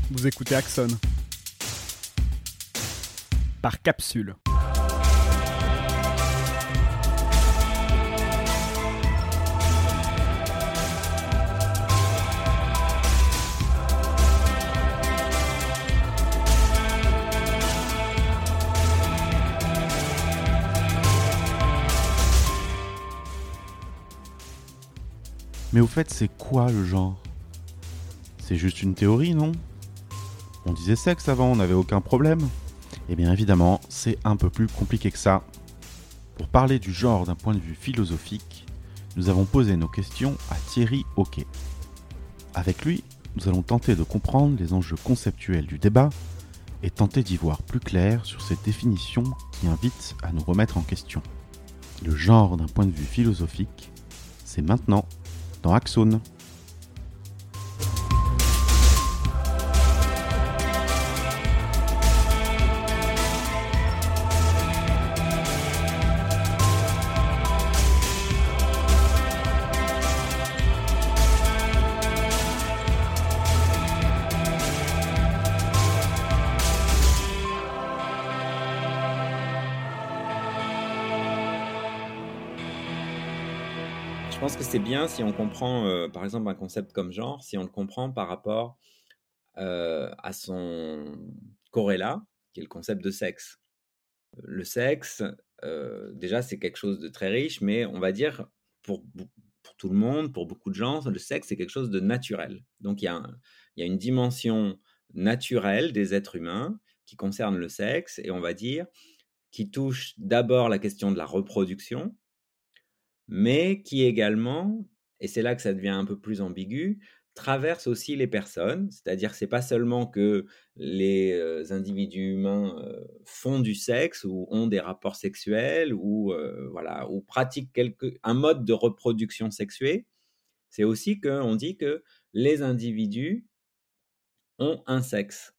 Vous écoutez Axon. Par capsule. Mais au fait, c'est quoi le genre ? C'est juste une théorie, non ? On disait sexe avant, on n'avait aucun problème. Eh bien évidemment, c'est un peu plus compliqué que ça. Pour parler du genre d'un point de vue philosophique, nous avons posé nos questions à Thierry Hauquet. Avec lui, nous allons tenter de comprendre les enjeux conceptuels du débat et tenter d'y voir plus clair sur ces définitions qui invitent à nous remettre en question. Le genre d'un point de vue philosophique, c'est maintenant dans Axon. Je pense que c'est bien si on comprend, par exemple, un concept comme genre, si on le comprend par rapport à son corrélat, qui est le concept de sexe. Le sexe, déjà, c'est quelque chose de très riche, mais on va dire, pour tout le monde, pour beaucoup de gens, le sexe, c'est quelque chose de naturel. Donc, il y a une dimension naturelle des êtres humains qui concerne le sexe, et on va dire, qui touche d'abord la question de la reproduction, mais qui également, et c'est là que ça devient un peu plus ambigu, traverse aussi les personnes. C'est-à-dire que c'est pas seulement que les individus humains font du sexe ou ont des rapports sexuels ou voilà, ou pratiquent un mode de reproduction sexuée. C'est aussi qu'on dit que les individus ont un sexe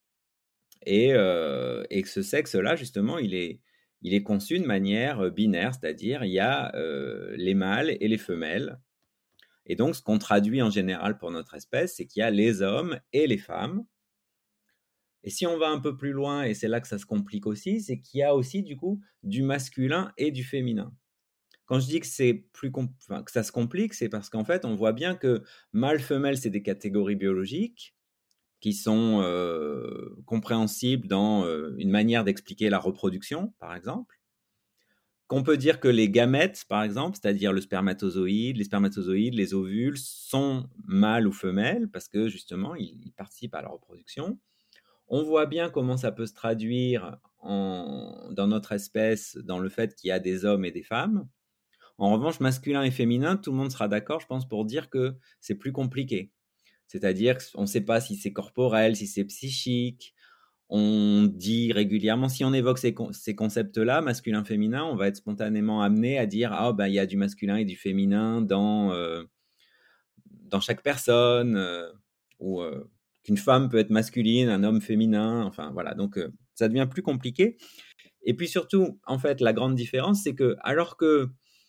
et que ce sexe-là, justement, il est conçu de manière binaire, c'est-à-dire il y a les mâles et les femelles. Et donc, ce qu'on traduit en général pour notre espèce, c'est qu'il y a les hommes et les femmes. Et si on va un peu plus loin, et c'est là que ça se complique aussi, c'est qu'il y a aussi du coup du masculin et du féminin. Quand je dis que que ça se complique, c'est parce qu'en fait, on voit bien que mâle-femelle, c'est des catégories biologiques qui sont compréhensibles dans une manière d'expliquer la reproduction, par exemple. Qu'on peut dire que les gamètes, par exemple, c'est-à-dire les spermatozoïdes, les ovules, sont mâles ou femelles parce que justement, ils participent à la reproduction. On voit bien comment ça peut se traduire dans notre espèce, dans le fait qu'il y a des hommes et des femmes. En revanche, masculin et féminin, tout le monde sera d'accord, je pense, pour dire que c'est plus compliqué. C'est-à-dire qu'on ne sait pas si c'est corporel, si c'est psychique. On dit régulièrement, si on évoque ces concepts-là, masculin-féminin, on va être spontanément amené à dire ah ben il y a du masculin et du féminin dans chaque personne, ou qu'une femme peut être masculine, un homme féminin, enfin voilà, donc ça devient plus compliqué. Et puis surtout, en fait, la grande différence, c'est que alors que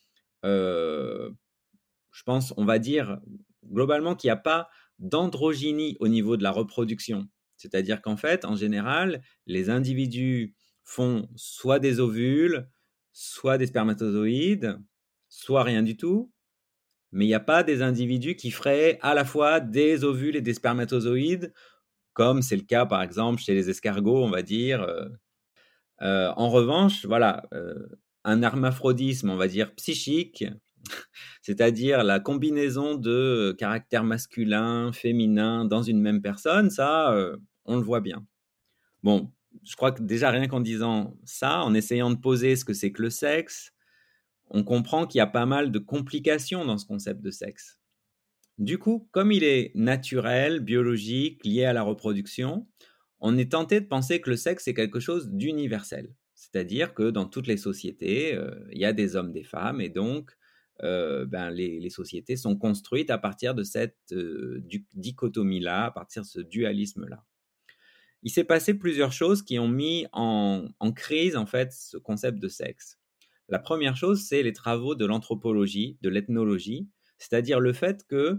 je pense, on va dire globalement qu'il n'y a pas d'androgynie au niveau de la reproduction. C'est-à-dire qu'en fait, en général, les individus font soit des ovules, soit des spermatozoïdes, soit rien du tout, mais il n'y a pas des individus qui feraient à la fois des ovules et des spermatozoïdes, comme c'est le cas par exemple chez les escargots, on va dire. En revanche, voilà, un hermaphrodisme, on va dire psychique, c'est-à-dire la combinaison de caractères masculins, féminins dans une même personne, ça, on le voit bien. Bon, je crois que déjà rien qu'en disant ça, en essayant de poser ce que c'est que le sexe, on comprend qu'il y a pas mal de complications dans ce concept de sexe. Du coup, comme il est naturel, biologique, lié à la reproduction, on est tenté de penser que le sexe est quelque chose d'universel. C'est-à-dire que dans toutes les sociétés, il y a des hommes, des femmes, et donc les sociétés sont construites à partir de cette dichotomie-là, à partir de ce dualisme-là. Il s'est passé plusieurs choses qui ont mis en crise en fait ce concept de sexe. La première chose, c'est les travaux de l'anthropologie, de l'ethnologie, c'est-à-dire le fait que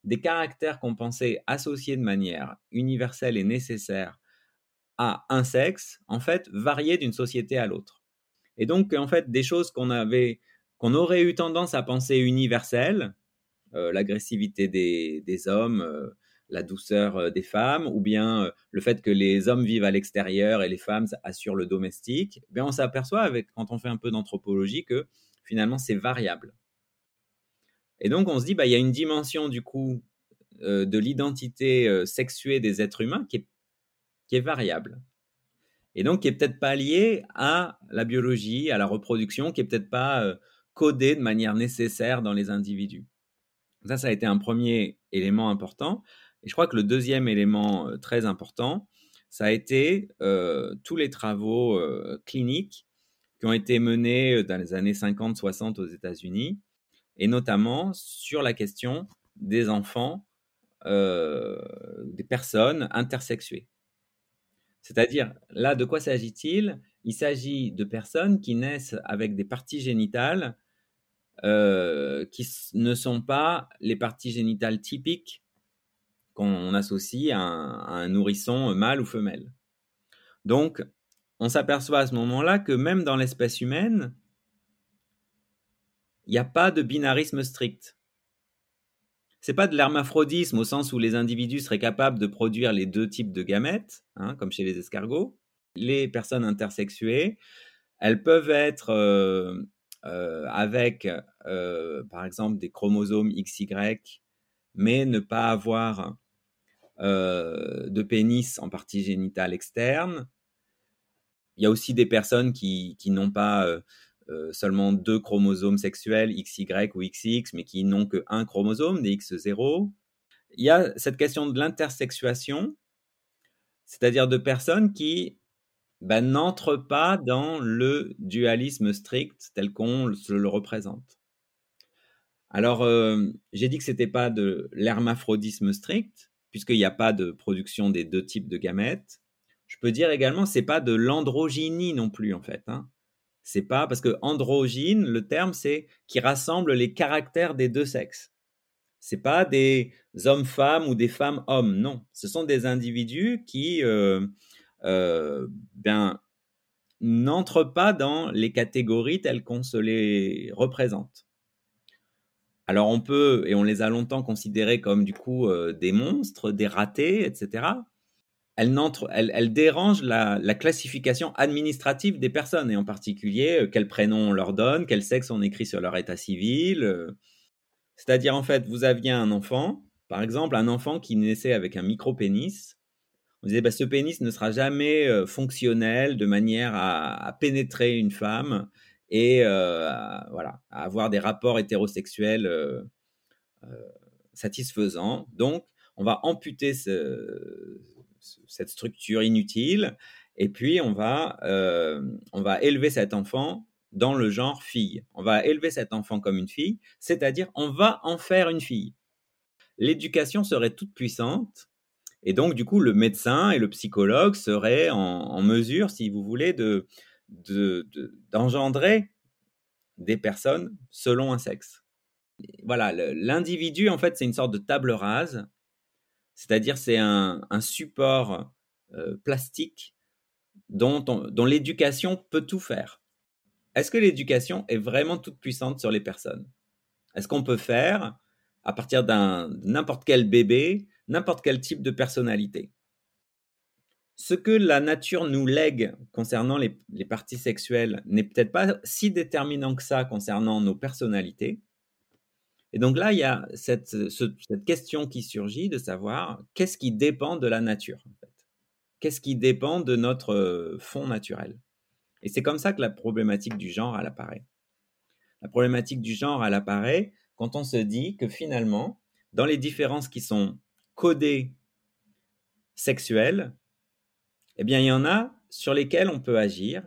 des caractères qu'on pensait associés de manière universelle et nécessaire à un sexe, en fait, variaient d'une société à l'autre. Et donc, en fait, des choses qu'on aurait eu tendance à penser universelles, l'agressivité des hommes, la douceur des femmes, ou bien le fait que les hommes vivent à l'extérieur et les femmes assurent le domestique, eh bien on s'aperçoit, quand on fait un peu d'anthropologie, que finalement c'est variable. Et donc on se dit, il y a une dimension du coup de l'identité sexuée des êtres humains qui est variable. Et donc qui est peut-être pas liée à la biologie, à la reproduction, qui est peut-être pas codée de manière nécessaire dans les individus. Ça a été un premier élément important. Et je crois que le deuxième élément très important, ça a été tous les travaux cliniques qui ont été menés dans les années 50-60 aux États-Unis, et notamment sur la question des enfants, des personnes intersexuées. C'est-à-dire, là, de quoi s'agit-il? Il s'agit de personnes qui naissent avec des parties génitales qui ne sont pas les parties génitales typiques qu'on associe à un nourrisson mâle ou femelle. Donc, on s'aperçoit à ce moment-là que même dans l'espèce humaine, il n'y a pas de binarisme strict. C'est pas de l'hermaphrodisme au sens où les individus seraient capables de produire les deux types de gamètes, comme chez les escargots. Les personnes intersexuées, elles peuvent être avec, par exemple, des chromosomes XY, mais ne pas avoir de pénis en partie génitale externe. Il y a aussi des personnes qui n'ont pas seulement 2 chromosomes sexuels, XY ou XX, mais qui n'ont qu'un chromosome, des X0. Il y a cette question de l'intersexuation, c'est-à-dire de personnes qui n'entrent pas dans le dualisme strict tel qu'on se le représente. Alors, j'ai dit que ce n'était pas de l'hermaphrodisme strict, puisqu'il n'y a pas de production des deux types de gamètes. Je peux dire également que ce n'est pas de l'androgynie non plus, en fait. C'est pas, parce que androgyne, le terme, c'est qui rassemble les caractères des deux sexes. C'est pas des hommes-femmes ou des femmes-hommes, non. Ce sont des individus qui n'entrent pas dans les catégories telles qu'on se les représente. Alors on peut, et on les a longtemps considérés comme du coup des monstres, des ratés, etc. Elles dérangent la classification administrative des personnes, et en particulier quel prénom on leur donne, quel sexe on écrit sur leur état civil. C'est-à-dire, en fait, vous aviez un enfant, par exemple, un enfant qui naissait avec un micro-pénis. On disait, ce pénis ne sera jamais fonctionnel de manière à pénétrer une femme et à avoir des rapports hétérosexuels satisfaisants. Donc, on va amputer cette structure inutile, et puis on va élever cet enfant dans le genre fille. On va élever cet enfant comme une fille, c'est-à-dire on va en faire une fille. L'éducation serait toute puissante, et donc du coup le médecin et le psychologue seraient en mesure, si vous voulez, d'engendrer des personnes selon un sexe. Voilà, l'individu, en fait, c'est une sorte de table rase, c'est-à-dire c'est un support plastique dont l'éducation peut tout faire. Est-ce que l'éducation est vraiment toute puissante sur les personnes? Est-ce qu'on peut faire, à partir de n'importe quel bébé, n'importe quel type de personnalité? Ce que la nature nous lègue concernant les parties sexuelles n'est peut-être pas si déterminant que ça concernant nos personnalités. Et donc là, il y a cette question qui surgit de savoir qu'est-ce qui dépend de la nature, en fait. Qu'est-ce qui dépend de notre fond naturel? Et c'est comme ça que la problématique du genre, elle apparaît. La problématique du genre, elle apparaît quand on se dit que finalement, dans les différences qui sont codées sexuelles, eh bien, il y en a sur lesquelles on peut agir,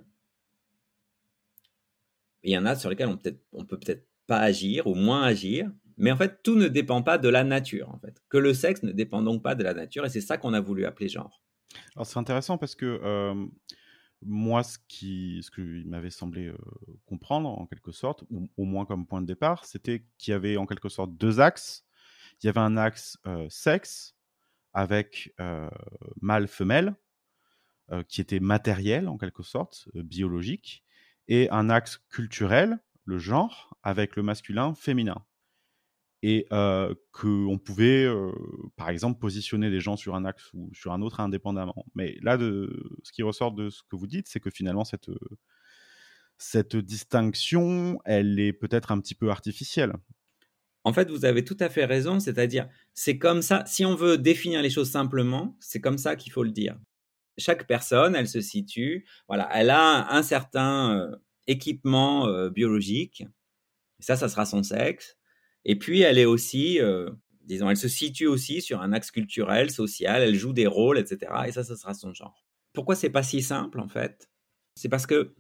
et il y en a sur lesquelles on peut peut-être pas agir ou moins agir, mais en fait, tout ne dépend pas de la nature, en fait. Que le sexe ne dépend donc pas de la nature, et c'est ça qu'on a voulu appeler genre. Alors c'est intéressant parce que moi, ce qu'il m'avait semblé comprendre, en quelque sorte, ou au moins comme point de départ, c'était qu'il y avait en quelque sorte deux axes. il y avait un axe sexe avec mâle-femelle, qui était matériel en quelque sorte, biologique, et un axe culturel, le genre, avec le masculin-féminin. Et qu'on pouvait, par exemple, positionner les gens sur un axe ou sur un autre indépendamment. Mais là, ce qui ressort de ce que vous dites, c'est que finalement, cette distinction, elle est peut-être un petit peu artificielle. En fait, vous avez tout à fait raison, c'est-à-dire, c'est comme ça, si on veut définir les choses simplement, c'est comme ça qu'il faut le dire. Chaque personne, elle se situe, voilà, elle a un certain équipement biologique, ça sera son sexe, et puis elle est aussi, disons, elle se situe aussi sur un axe culturel, social, elle joue des rôles, etc., et ça sera son genre. Pourquoi c'est pas si simple, en fait? C'est parce que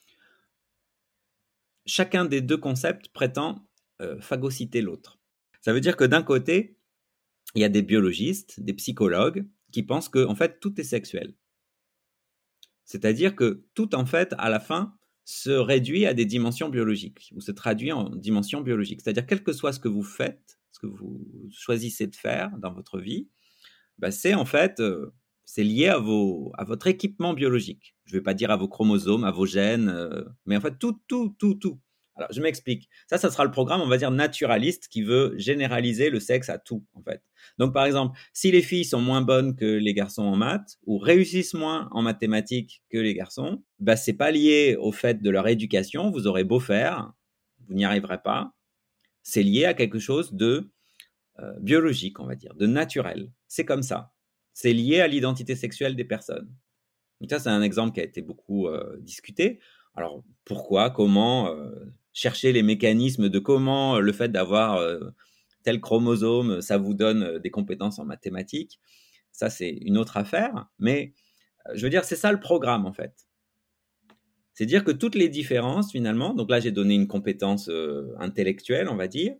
chacun des deux concepts prétend phagocyter l'autre. Ça veut dire que d'un côté, il y a des biologistes, des psychologues, qui pensent que en fait, tout est sexuel. C'est-à-dire que tout, en fait, à la fin, se réduit à des dimensions biologiques, ou se traduit en dimensions biologiques. C'est-à-dire, quel que soit ce que vous faites, ce que vous choisissez de faire dans votre vie, bah, c'est en fait, c'est lié à votre équipement biologique. Je ne vais pas dire à vos chromosomes, à vos gènes, mais en fait, tout. Alors, je m'explique. Ça sera le programme, on va dire, naturaliste qui veut généraliser le sexe à tout, en fait. Donc, par exemple, si les filles sont moins bonnes que les garçons en maths ou réussissent moins en mathématiques que les garçons, bah, c'est pas lié au fait de leur éducation. Vous aurez beau faire, vous n'y arriverez pas. C'est lié à quelque chose de biologique, on va dire, de naturel. C'est comme ça. C'est lié à l'identité sexuelle des personnes. Donc ça, c'est un exemple qui a été beaucoup discuté. Alors, pourquoi, comment, chercher les mécanismes de comment le fait d'avoir tel chromosome, ça vous donne des compétences en mathématiques. Ça, c'est une autre affaire. Mais je veux dire, c'est ça le programme, en fait. C'est dire que toutes les différences, finalement, donc là, j'ai donné une compétence intellectuelle, on va dire,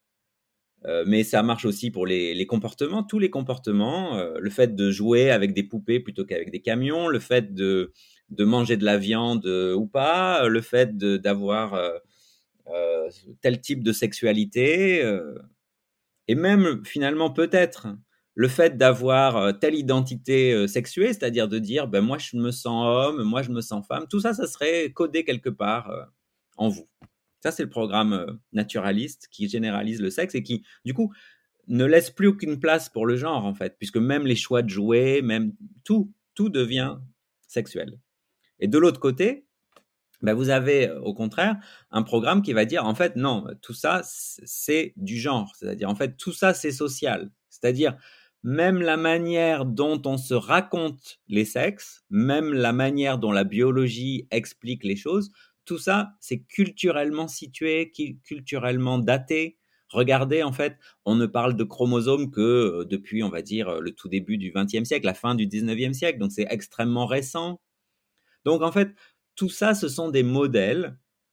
mais ça marche aussi pour les comportements, tous les comportements, le fait de jouer avec des poupées plutôt qu'avec des camions, le fait de manger de la viande ou pas, le fait d'avoir tel type de sexualité, et même finalement peut-être le fait d'avoir telle identité sexuée, c'est-à-dire de dire ben, moi je me sens homme, moi je me sens femme, tout ça, ça serait codé quelque part en vous. Ça, c'est le programme naturaliste qui généralise le sexe et qui, du coup, ne laisse plus aucune place pour le genre, en fait, puisque même les choix de jouer, même tout devient sexuel. Et de l'autre côté, ben vous avez, au contraire, un programme qui va dire, en fait, non, tout ça, c'est du genre. C'est-à-dire, en fait, tout ça, c'est social. C'est-à-dire, même la manière dont on se raconte les sexes, même la manière dont la biologie explique les choses, tout ça, c'est culturellement situé, culturellement daté. Regardez, en fait, on ne parle de chromosomes que depuis, on va dire, le tout début du XXe siècle, la fin du XIXe siècle. Donc, c'est extrêmement récent. Donc, en fait, tout ça, ce sont des modèles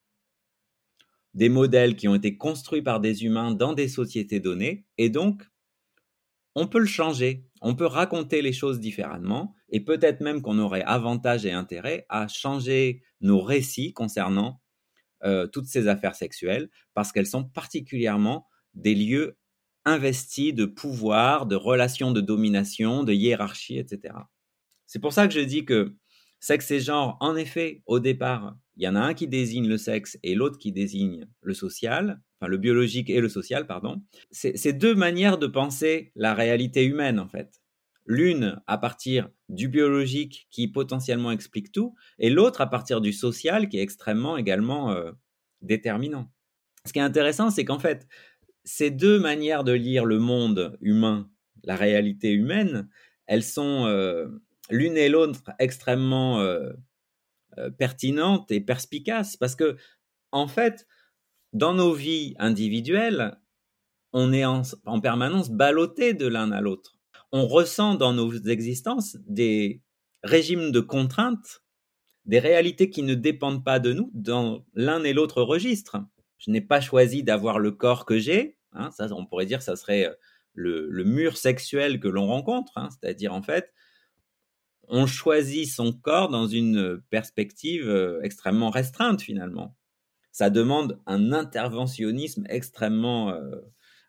qui ont été construits par des humains dans des sociétés données. Et donc, on peut le changer. On peut raconter les choses différemment. Et peut-être même qu'on aurait avantage et intérêt à changer nos récits concernant toutes ces affaires sexuelles, parce qu'elles sont particulièrement des lieux investis de pouvoir, de relations de domination, de hiérarchie, etc. C'est pour ça que je dis que sexe et genre, en effet, au départ, il y en a un qui désigne le sexe et l'autre qui désigne le social, enfin le biologique et le social, pardon. C'est deux manières de penser la réalité humaine, en fait. L'une à partir du biologique qui potentiellement explique tout, et l'autre à partir du social qui est extrêmement également déterminant. Ce qui est intéressant, c'est qu'en fait, ces deux manières de lire le monde humain, la réalité humaine, elles sont l'une et l'autre extrêmement pertinentes et perspicaces, parce que, en fait, dans nos vies individuelles, on est en permanence ballottés de l'un à l'autre. On ressent dans nos existences des régimes de contraintes, des réalités qui ne dépendent pas de nous dans l'un et l'autre registre. Je n'ai pas choisi d'avoir le corps que j'ai, hein, ça, on pourrait dire que ça serait le mur sexuel que l'on rencontre, hein, c'est-à-dire en fait, on choisit son corps dans une perspective extrêmement restreinte finalement. Ça demande un interventionnisme extrêmement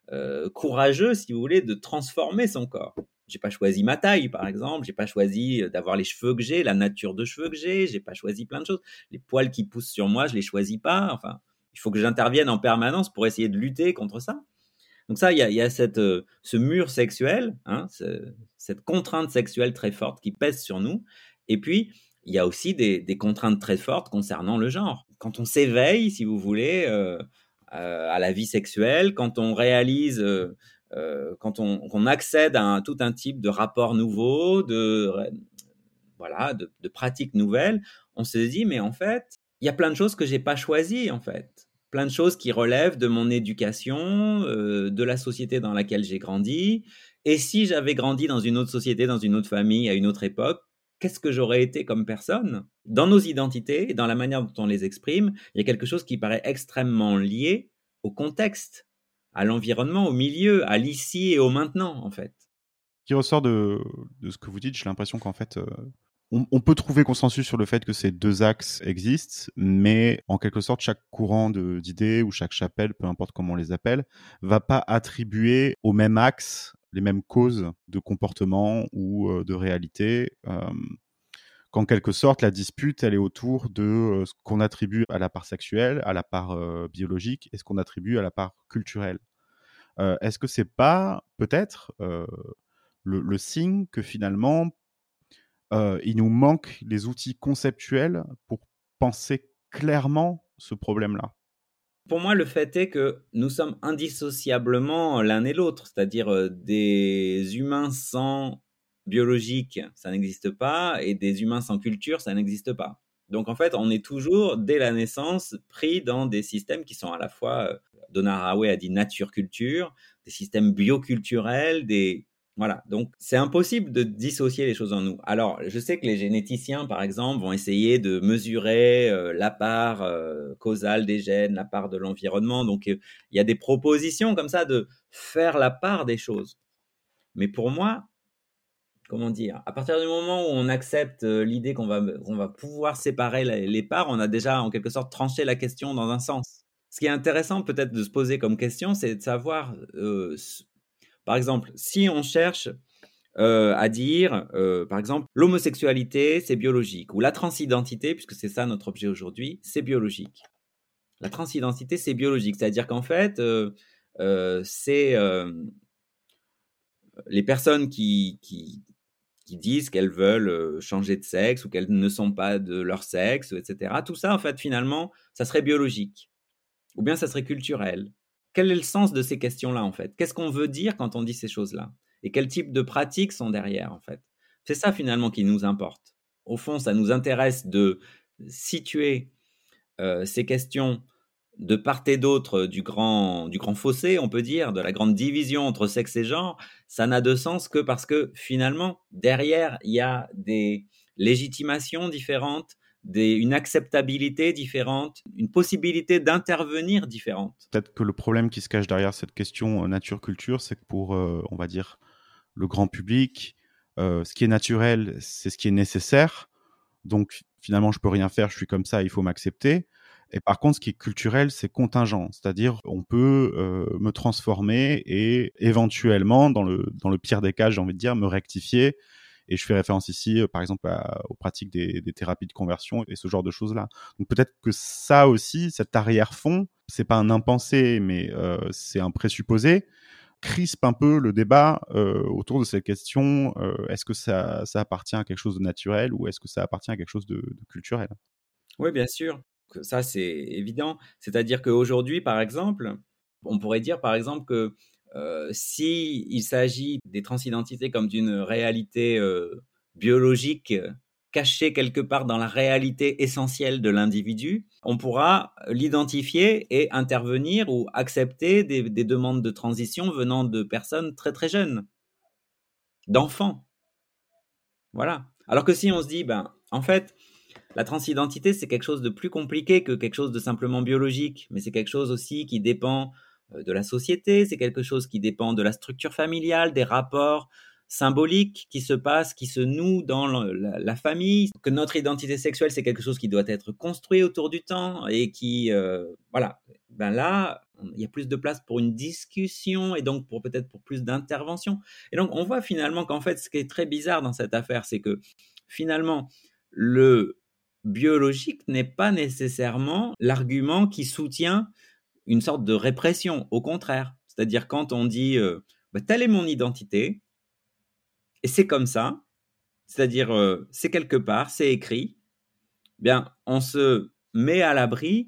courageux, si vous voulez, de transformer son corps. J'ai pas choisi ma taille, par exemple. J'ai pas choisi d'avoir les cheveux que j'ai, la nature de cheveux que j'ai. J'ai pas choisi plein de choses. Les poils qui poussent sur moi, je les choisis pas. Enfin, il faut que j'intervienne en permanence pour essayer de lutter contre ça. Donc ça, il y a ce mur sexuel, hein, cette contrainte sexuelle très forte qui pèse sur nous. Et puis, il y a aussi des contraintes très fortes concernant le genre. Quand on s'éveille, si vous voulez, à la vie sexuelle, quand on réalise, qu'on accède à tout un type de rapports nouveaux, voilà, de pratiques nouvelles, on se dit, mais en fait, il y a plein de choses que j'ai pas choisies, en fait. Plein de choses qui relèvent de mon éducation, de la société dans laquelle j'ai grandi. Et si j'avais grandi dans une autre société, dans une autre famille, à une autre époque, qu'est-ce que j'aurais été comme personne? Dans nos identités et dans la manière dont on les exprime, il y a quelque chose qui paraît extrêmement lié au contexte, à l'environnement, au milieu, à l'ici et au maintenant, en fait. Ce qui ressort de ce que vous dites, j'ai l'impression qu'en fait, on peut trouver consensus sur le fait que ces deux axes existent, mais en quelque sorte, chaque courant d'idées ou chaque chapelle, peu importe comment on les appelle, va pas attribuer au même axe les mêmes causes de comportement ou de réalité. Qu'en quelque sorte, la dispute, elle est autour de ce qu'on attribue à la part sexuelle, à la part biologique, et ce qu'on attribue à la part culturelle. Est-ce que c'est pas peut-être le signe que finalement, il nous manque les outils conceptuels pour penser clairement ce problème-là? Pour moi, le fait est que nous sommes indissociablement l'un et l'autre, c'est-à-dire des humains sans biologique, ça n'existe pas, et des humains sans culture, ça n'existe pas. Donc en fait, on est toujours, dès la naissance, pris dans des systèmes qui sont à la fois, Donna Haraway a dit nature-culture, des systèmes bioculturels, voilà, donc c'est impossible de dissocier les choses en nous. Alors, je sais que les généticiens, par exemple, vont essayer de mesurer la part causale des gènes, la part de l'environnement. Donc, il y a des propositions comme ça de faire la part des choses. Mais pour moi, comment dire, à partir du moment où on accepte l'idée qu'on va pouvoir séparer les parts, on a déjà en quelque sorte tranché la question dans un sens. Ce qui est intéressant peut-être de se poser comme question, c'est de savoir, par exemple, si on cherche à dire, par exemple, l'homosexualité, c'est biologique, ou la transidentité, puisque c'est ça notre objet aujourd'hui, c'est biologique. La transidentité, c'est biologique, c'est-à-dire qu'en fait, c'est les personnes qui disent qu'elles veulent changer de sexe ou qu'elles ne sont pas de leur sexe, etc. Tout ça, en fait, finalement, ça serait biologique, ou bien ça serait culturel. Quel est le sens de ces questions-là, en fait? Qu'est-ce qu'on veut dire quand on dit ces choses-là? Et quel type de pratiques sont derrière, en fait? C'est ça, finalement, qui nous importe. Au fond, ça nous intéresse de situer ces questions de part et d'autre du grand fossé, on peut dire, de la grande division entre sexe et genre. Ça n'a de sens que parce que, finalement, derrière, il y a des légitimations différentes, une acceptabilité différente, une possibilité d'intervenir différente. Peut-être que le problème qui se cache derrière cette question nature-culture, c'est que pour, on va dire, le grand public, ce qui est naturel, c'est ce qui est nécessaire. Donc, finalement, je peux rien faire, je suis comme ça, il faut m'accepter. Et par contre, ce qui est culturel, c'est contingent. C'est-à-dire, on peut me transformer et éventuellement, dans le pire des cas, j'ai envie de dire, me rectifier. Et je fais référence ici, par exemple, aux pratiques des thérapies de conversion et ce genre de choses-là. Donc peut-être que ça aussi, cet arrière-fond, c'est pas un impensé, mais c'est un présupposé, crispe un peu le débat autour de cette question. Est-ce que ça appartient à quelque chose de naturel ou est-ce que ça appartient à quelque chose de culturel? Oui, bien sûr. Ça, c'est évident. C'est-à-dire qu'aujourd'hui, par exemple, on pourrait dire, par exemple, que si il s'agit des transidentités comme d'une réalité biologique cachée quelque part dans la réalité essentielle de l'individu, on pourra l'identifier et intervenir ou accepter des demandes de transition venant de personnes très très jeunes, d'enfants. Voilà. Alors que si on se dit, ben, en fait, la transidentité, c'est quelque chose de plus compliqué que quelque chose de simplement biologique, mais c'est quelque chose aussi qui dépend de la société, c'est quelque chose qui dépend de la structure familiale, des rapports symboliques qui se passent, qui se nouent dans la famille, que notre identité sexuelle, c'est quelque chose qui doit être construit autour du temps et qui, voilà. Ben là, Il y a plus de place pour une discussion et donc peut-être pour plus d'intervention. Et donc, on voit finalement qu'en fait, ce qui est très bizarre dans cette affaire, c'est que finalement, le biologique n'est pas nécessairement l'argument qui soutient une sorte de répression. Au contraire, c'est-à-dire quand on dit telle est mon identité et c'est comme ça, c'est-à-dire c'est quelque part, c'est écrit, bien, on se met à l'abri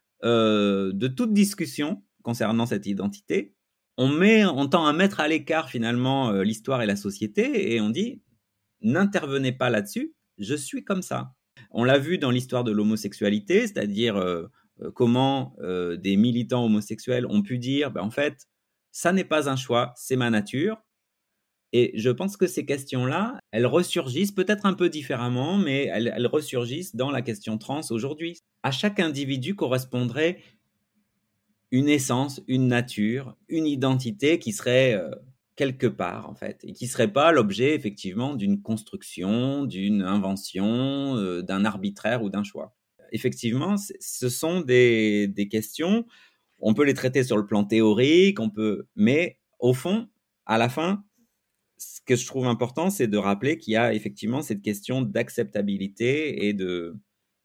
de toute discussion concernant cette identité. On tend à mettre à l'écart finalement l'histoire et la société et on dit n'intervenez pas là-dessus, je suis comme ça. On l'a vu dans l'histoire de l'homosexualité, c'est-à-dire comment des militants homosexuels ont pu dire en fait, ça n'est pas un choix, c'est ma nature. Et je pense que ces questions-là, elles ressurgissent peut-être un peu différemment, mais elles ressurgissent dans la question trans aujourd'hui. À chaque individu correspondrait une essence, une nature, une identité qui serait quelque part, en fait, et qui ne serait pas l'objet, effectivement, d'une construction, d'une invention, d'un arbitraire ou d'un choix. Effectivement, ce sont des questions, on peut les traiter sur le plan théorique, mais au fond, à la fin, ce que je trouve important, c'est de rappeler qu'il y a effectivement cette question d'acceptabilité et de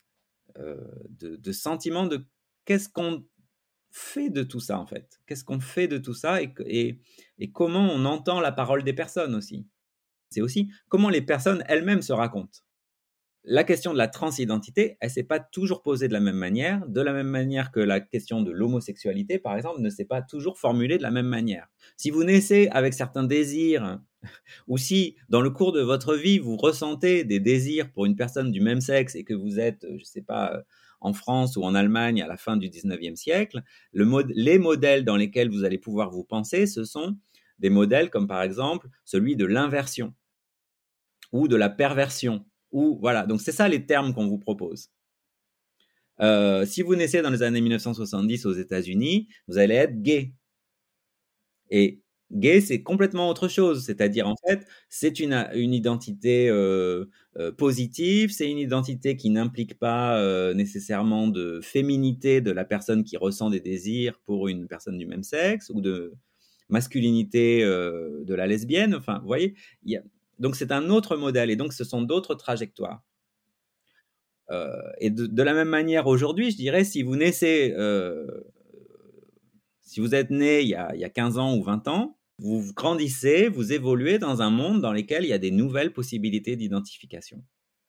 sentiment de qu'est-ce qu'on fait de tout ça, en fait. Qu'est-ce qu'on fait de tout ça et comment on entend la parole des personnes aussi. C'est aussi comment les personnes elles-mêmes se racontent. La question de la transidentité, elle ne s'est pas toujours posée de la même manière que la question de l'homosexualité, par exemple, ne s'est pas toujours formulée de la même manière. Si vous naissez avec certains désirs, ou si dans le cours de votre vie, vous ressentez des désirs pour une personne du même sexe et que vous êtes, je ne sais pas, en France ou en Allemagne à la fin du 19e siècle, les modèles dans lesquels vous allez pouvoir vous penser, ce sont des modèles comme par exemple celui de l'inversion ou de la perversion. Voilà, donc c'est ça les termes qu'on vous propose. Si vous naissez dans les années 1970 aux États-Unis, vous allez être gay. Et gay, c'est complètement autre chose. C'est-à-dire, en fait, c'est une identité positive, c'est une identité qui n'implique pas nécessairement de féminité de la personne qui ressent des désirs pour une personne du même sexe ou de masculinité de la lesbienne. Enfin, vous voyez, donc c'est un autre modèle et donc ce sont d'autres trajectoires. Et de la même manière aujourd'hui, je dirais, si vous naissez, si vous êtes né il y a 15 ans ou 20 ans, vous grandissez, vous évoluez dans un monde dans lequel il y a des nouvelles possibilités d'identification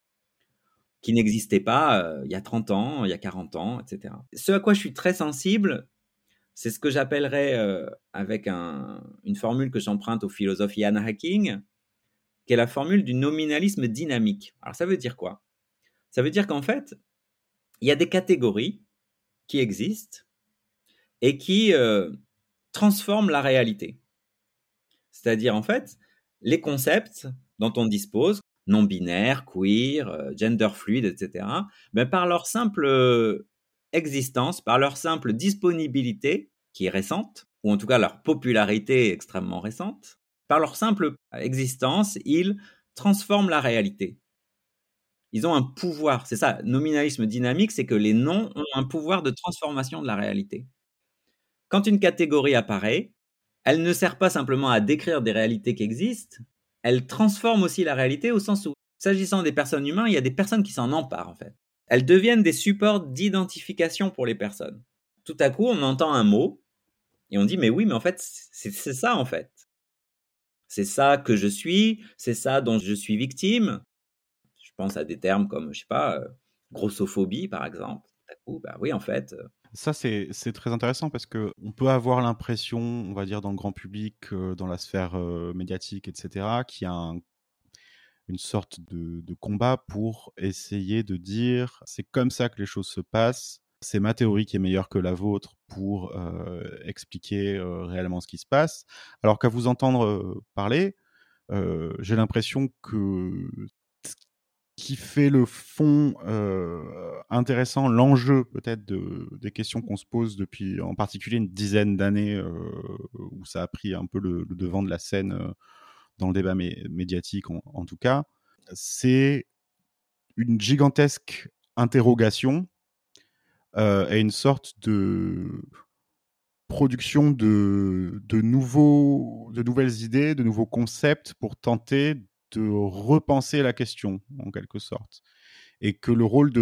qui n'existaient pas il y a 30 ans, il y a 40 ans, etc. Ce à quoi je suis très sensible, c'est ce que j'appellerais, avec une formule que j'emprunte au philosophe Ian Hacking, qui est la formule du nominalisme dynamique. Alors ça veut dire quoi ? Ça veut dire qu'en fait, il y a des catégories qui existent et qui transforment la réalité. C'est-à-dire, en fait, les concepts dont on dispose, non-binaire, queer, gender fluide, etc., par leur simple existence, par leur simple disponibilité, qui est récente, ou en tout cas leur popularité extrêmement récente, par leur simple existence, ils transforment la réalité. Ils ont un pouvoir, c'est ça, nominalisme dynamique, c'est que les noms ont un pouvoir de transformation de la réalité. Quand une catégorie apparaît, elle ne sert pas simplement à décrire des réalités qui existent, elle transforme aussi la réalité au sens où, s'agissant des personnes humaines, il y a des personnes qui s'en emparent en fait. Elles deviennent des supports d'identification pour les personnes. Tout à coup, on entend un mot et on dit mais oui, mais en fait, c'est ça en fait. C'est ça que je suis, c'est ça dont je suis victime. Je pense à des termes comme, je sais pas, grossophobie par exemple. Tout à coup, oui, en fait. Ça, c'est très intéressant parce qu'on peut avoir l'impression, on va dire, dans le grand public, dans la sphère médiatique, etc., qu'il y a une sorte de combat pour essayer de dire c'est comme ça que les choses se passent, c'est ma théorie qui est meilleure que la vôtre pour expliquer réellement ce qui se passe. Alors qu'à vous entendre parler, j'ai l'impression que ce qui fait le fond intéressant, l'enjeu peut-être des questions qu'on se pose depuis en particulier une dizaine d'années où ça a pris un peu le devant de la scène dans le débat médiatique en tout cas, c'est une gigantesque interrogation et une sorte de production de nouvelles idées, de nouveaux concepts pour tenter de repenser la question, en quelque sorte. Et que le rôle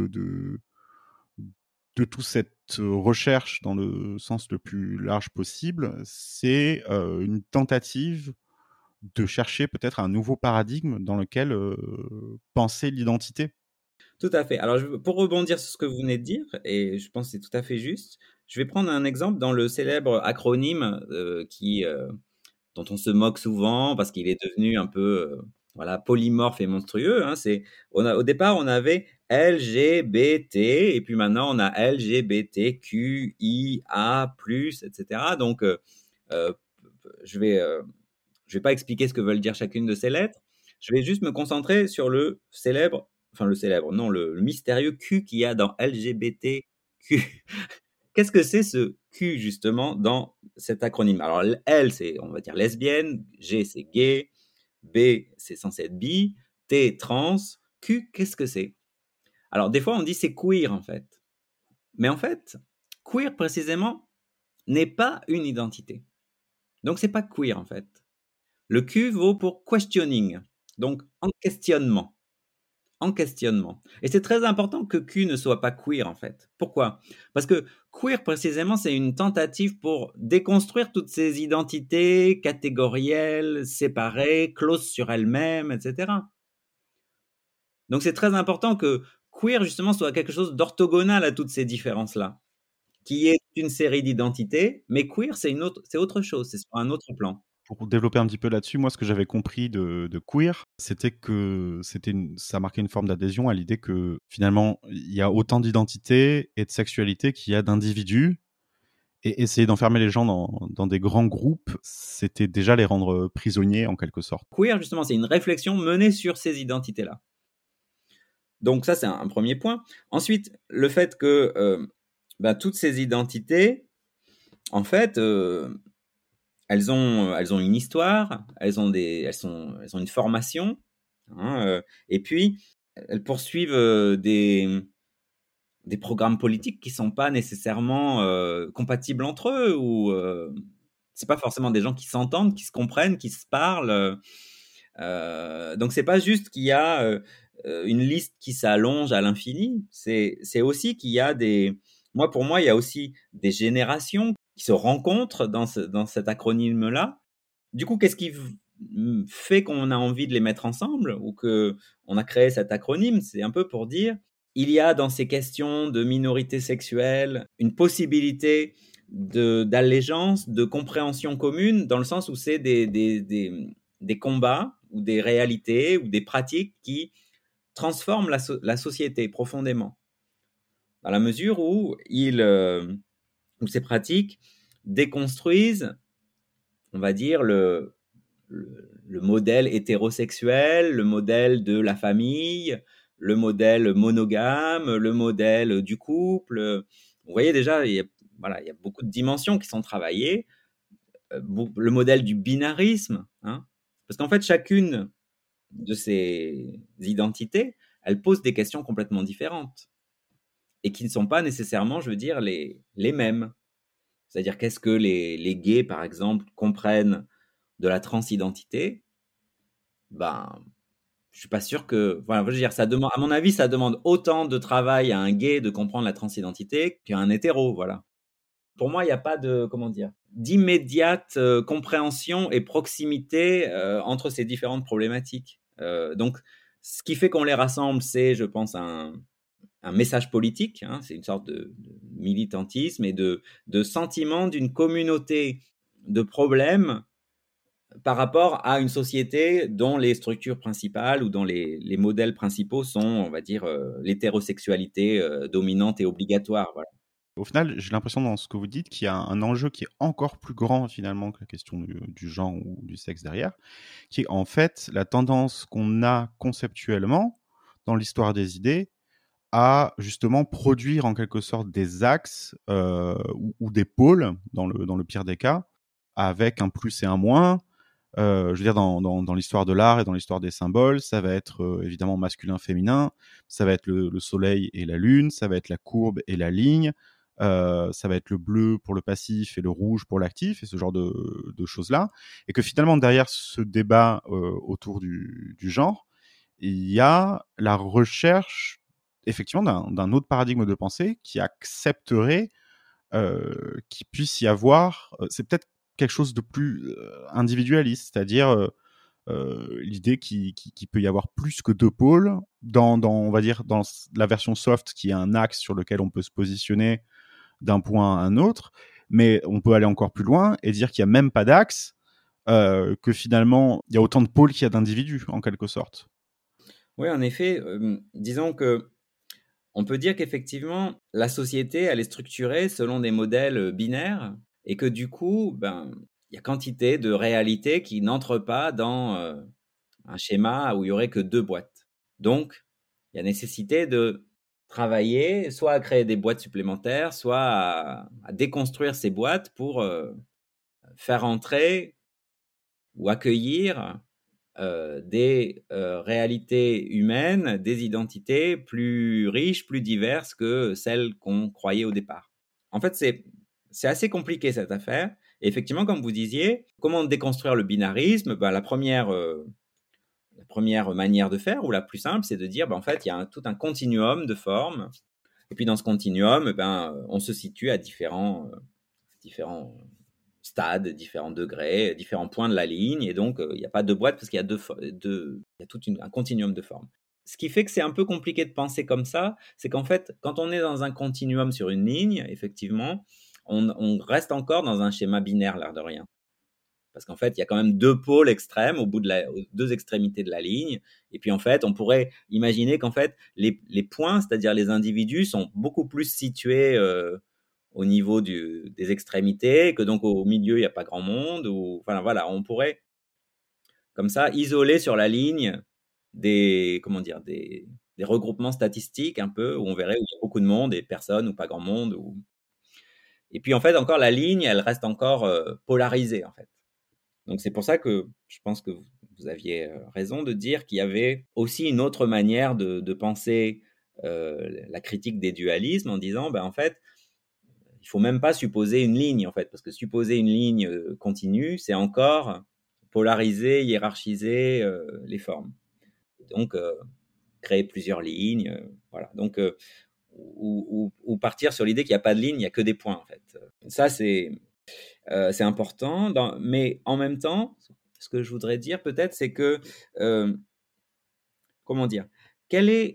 de toute cette recherche, dans le sens le plus large possible, c'est une tentative de chercher peut-être un nouveau paradigme dans lequel penser l'identité. Tout à fait. Alors, pour rebondir sur ce que vous venez de dire, et je pense que c'est tout à fait juste, je vais prendre un exemple dans le célèbre acronyme dont on se moque souvent parce qu'il est devenu un peu voilà, polymorphe et monstrueux. Hein. Au départ, on avait LGBT, et puis maintenant, on a LGBTQIA+, etc. Donc, je vais pas expliquer ce que veulent dire chacune de ces lettres. Je vais juste me concentrer sur le mystérieux Q qu'il y a dans LGBTQ. Qu'est-ce que c'est ce Q, justement, dans cet acronyme? Alors, L, c'est, on va dire, lesbienne, G, c'est gay, B, c'est censé être bi, T, trans, Q, qu'est-ce que c'est? Alors, des fois, on dit c'est queer, en fait. Mais en fait, queer, précisément, n'est pas une identité. Donc, c'est pas queer, en fait. Le Q vaut pour questioning, donc en questionnement. En questionnement. Et c'est très important que Q ne soit pas queer, en fait. Pourquoi? Parce que queer, précisément, c'est une tentative pour déconstruire toutes ces identités catégorielles, séparées, closes sur elles-mêmes, etc. Donc c'est très important que queer, justement, soit quelque chose d'orthogonal à toutes ces différences-là, qui est une série d'identités, mais queer, c'est autre chose, c'est sur un autre plan. Pour développer un petit peu là-dessus, moi, ce que j'avais compris de queer, c'était que ça marquait une forme d'adhésion à l'idée que finalement, il y a autant d'identités et de sexualité qu'il y a d'individus. Et essayer d'enfermer les gens dans des grands groupes, c'était déjà les rendre prisonniers en quelque sorte. Queer, justement, c'est une réflexion menée sur ces identités-là. Donc ça, c'est un premier point. Ensuite, le fait que toutes ces identités, en fait, elles ont une histoire, elles ont une formation, hein, et puis elles poursuivent des programmes politiques qui sont pas nécessairement compatibles entre eux, ou c'est pas forcément des gens qui s'entendent, qui se comprennent, qui se parlent. Donc c'est pas juste qu'il y a une liste qui s'allonge à l'infini, c'est aussi qu'il y a pour moi, il y a aussi des générations qui se rencontrent dans cet acronyme-là. Du coup, qu'est-ce qui fait qu'on a envie de les mettre ensemble, ou que on a créé cet acronyme? C'est un peu pour dire, il y a dans ces questions de minorité sexuelle une possibilité d'allégeance, de compréhension commune, dans le sens où c'est des combats ou des réalités ou des pratiques qui transforment la société profondément, dans la mesure où ces pratiques déconstruisent, on va dire, le modèle hétérosexuel, le modèle de la famille, le modèle monogame, le modèle du couple. Vous voyez déjà, il y a beaucoup de dimensions qui sont travaillées. Le modèle du binarisme, hein, parce qu'en fait, chacune de ces identités, elle pose des questions complètement différentes et qui ne sont pas nécessairement, je veux dire, les mêmes. C'est-à-dire, qu'est-ce que les gays, par exemple, comprennent de la transidentité? Je suis pas sûr que, voilà, je veux dire, à mon avis, ça demande autant de travail à un gay de comprendre la transidentité qu'à un hétéro, voilà. Pour moi, il n'y a pas d'immédiate compréhension et proximité entre ces différentes problématiques. Donc, ce qui fait qu'on les rassemble, c'est, je pense, un message politique, hein, c'est une sorte de militantisme et de sentiment d'une communauté de problèmes par rapport à une société dont les structures principales ou dont les modèles principaux sont, on va dire, l'hétérosexualité dominante et obligatoire. Voilà. Au final, j'ai l'impression dans ce que vous dites qu'il y a un enjeu qui est encore plus grand finalement que la question du genre ou du sexe derrière, qui est en fait la tendance qu'on a conceptuellement dans l'histoire des idées à justement produire en quelque sorte des axes ou des pôles, dans le pire des cas, avec un plus et un moins. Je veux dire, dans l'histoire de l'art et dans l'histoire des symboles, ça va être évidemment masculin-féminin, ça va être le soleil et la lune, ça va être la courbe et la ligne, ça va être le bleu pour le passif et le rouge pour l'actif et ce genre de choses-là. Et que finalement, derrière ce débat autour du genre, il y a la recherche effectivement d'un autre paradigme de pensée qui accepterait qu'il puisse y avoir, c'est peut-être quelque chose de plus individualiste, c'est-à-dire l'idée qu'il peut y avoir plus que deux pôles on va dire, dans la version soft, qui est un axe sur lequel on peut se positionner d'un point à un autre, mais on peut aller encore plus loin et dire qu'il n'y a même pas d'axe, que finalement, il y a autant de pôles qu'il y a d'individus, en quelque sorte. Oui, en effet, disons que on peut dire qu'effectivement, la société, elle est structurée selon des modèles binaires et que du coup, il y a quantité de réalités qui n'entrent pas dans un schéma où il y aurait que deux boîtes. Donc, il y a nécessité de travailler soit à créer des boîtes supplémentaires, soit à déconstruire ces boîtes pour faire entrer ou accueillir des réalités humaines, des identités plus riches, plus diverses que celles qu'on croyait au départ. En fait, c'est assez compliqué cette affaire. Et effectivement, comme vous disiez, comment déconstruire le binarisme? La première manière de faire, ou la plus simple, c'est de dire, en fait, il y a tout un continuum de formes. Et puis dans ce continuum, on se situe à différents stades, différents degrés, différents points de la ligne. Et donc, il n'y a pas deux boîtes parce qu'il y a il y a un continuum de formes. Ce qui fait que c'est un peu compliqué de penser comme ça, c'est qu'en fait, quand on est dans un continuum sur une ligne, effectivement, on reste encore dans un schéma binaire, l'air de rien. Parce qu'en fait, il y a quand même deux pôles extrêmes aux deux extrémités de la ligne. Et puis, en fait, on pourrait imaginer qu'en fait, les points, c'est-à-dire les individus, sont beaucoup plus situés au niveau des extrémités, que donc au milieu, il n'y a pas grand monde. Enfin, voilà, on pourrait, comme ça, isoler sur la ligne des regroupements statistiques un peu, où on verrait où il y a beaucoup de monde et personne ou pas grand monde. Et puis, en fait, encore, la ligne, elle reste encore polarisée, en fait. Donc c'est pour ça que je pense que vous aviez raison de dire qu'il y avait aussi une autre manière de penser la critique des dualismes en disant, en fait, il faut même pas supposer une ligne, en fait, parce que supposer une ligne continue, c'est encore polariser, hiérarchiser les formes. Donc créer plusieurs lignes, voilà. Donc ou partir sur l'idée qu'il n'y a pas de ligne, il n'y a que des points, en fait. Ça c'est important, mais en même temps, ce que je voudrais dire peut-être, c'est que, comment dire, quel est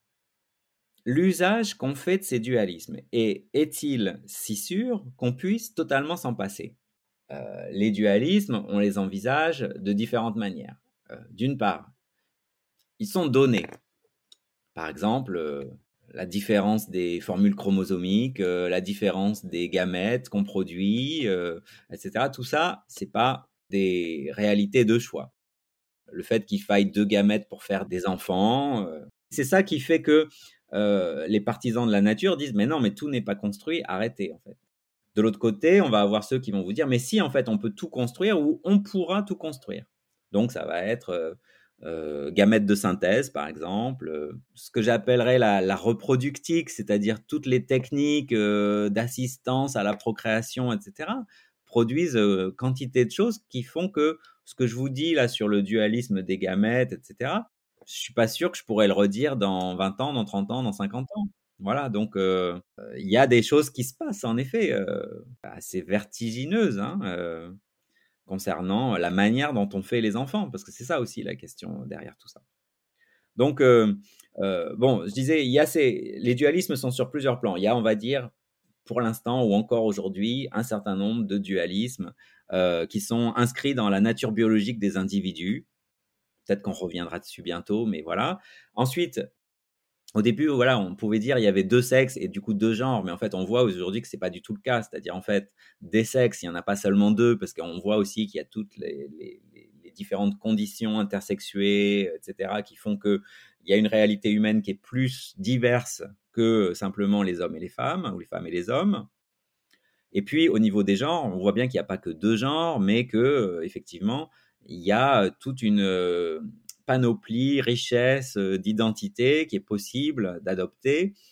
l'usage qu'on fait de ces dualismes? Et est-il si sûr qu'on puisse totalement s'en passer? Les dualismes, on les envisage de différentes manières. D'une part, ils sont donnés. Par exemple, la différence des formules chromosomiques, la différence des gamètes qu'on produit, etc. Tout ça, c'est pas des réalités de choix. Le fait qu'il faille deux gamètes pour faire des enfants, c'est ça qui fait que les partisans de la nature disent mais non, mais tout n'est pas construit, arrêtez en fait. De l'autre côté, on va avoir ceux qui vont vous dire mais si en fait on peut tout construire ou on pourra tout construire. Donc ça va être gamètes de synthèse, par exemple, ce que j'appellerais la reproductique, c'est-à-dire toutes les techniques d'assistance à la procréation, etc., produisent quantité de choses qui font que ce que je vous dis là sur le dualisme des gamètes, etc., je suis pas sûr que je pourrais le redire dans 20 ans, dans 30 ans, dans 50 ans. Voilà, donc il y a des choses qui se passent, en effet, assez vertigineuses, hein, concernant la manière dont on fait les enfants, parce que c'est ça aussi la question derrière tout ça. Donc, bon, je disais, les dualismes sont sur plusieurs plans. Il y a, on va dire, pour l'instant ou encore aujourd'hui, un certain nombre de dualismes qui sont inscrits dans la nature biologique des individus. Peut-être qu'on reviendra dessus bientôt, mais voilà. Ensuite, au début, voilà, on pouvait dire il y avait deux sexes et du coup deux genres, mais en fait, on voit aujourd'hui que c'est pas du tout le cas. C'est-à-dire, en fait, des sexes, il y en a pas seulement deux, parce qu'on voit aussi qu'il y a toutes les différentes conditions intersexuées, etc., qui font que il y a une réalité humaine qui est plus diverse que simplement les hommes et les femmes, ou les femmes et les hommes. Et puis, au niveau des genres, on voit bien qu'il n'y a pas que deux genres, mais que, effectivement, il y a toute une panoplie, richesse d'identité qui est possible d'adopter.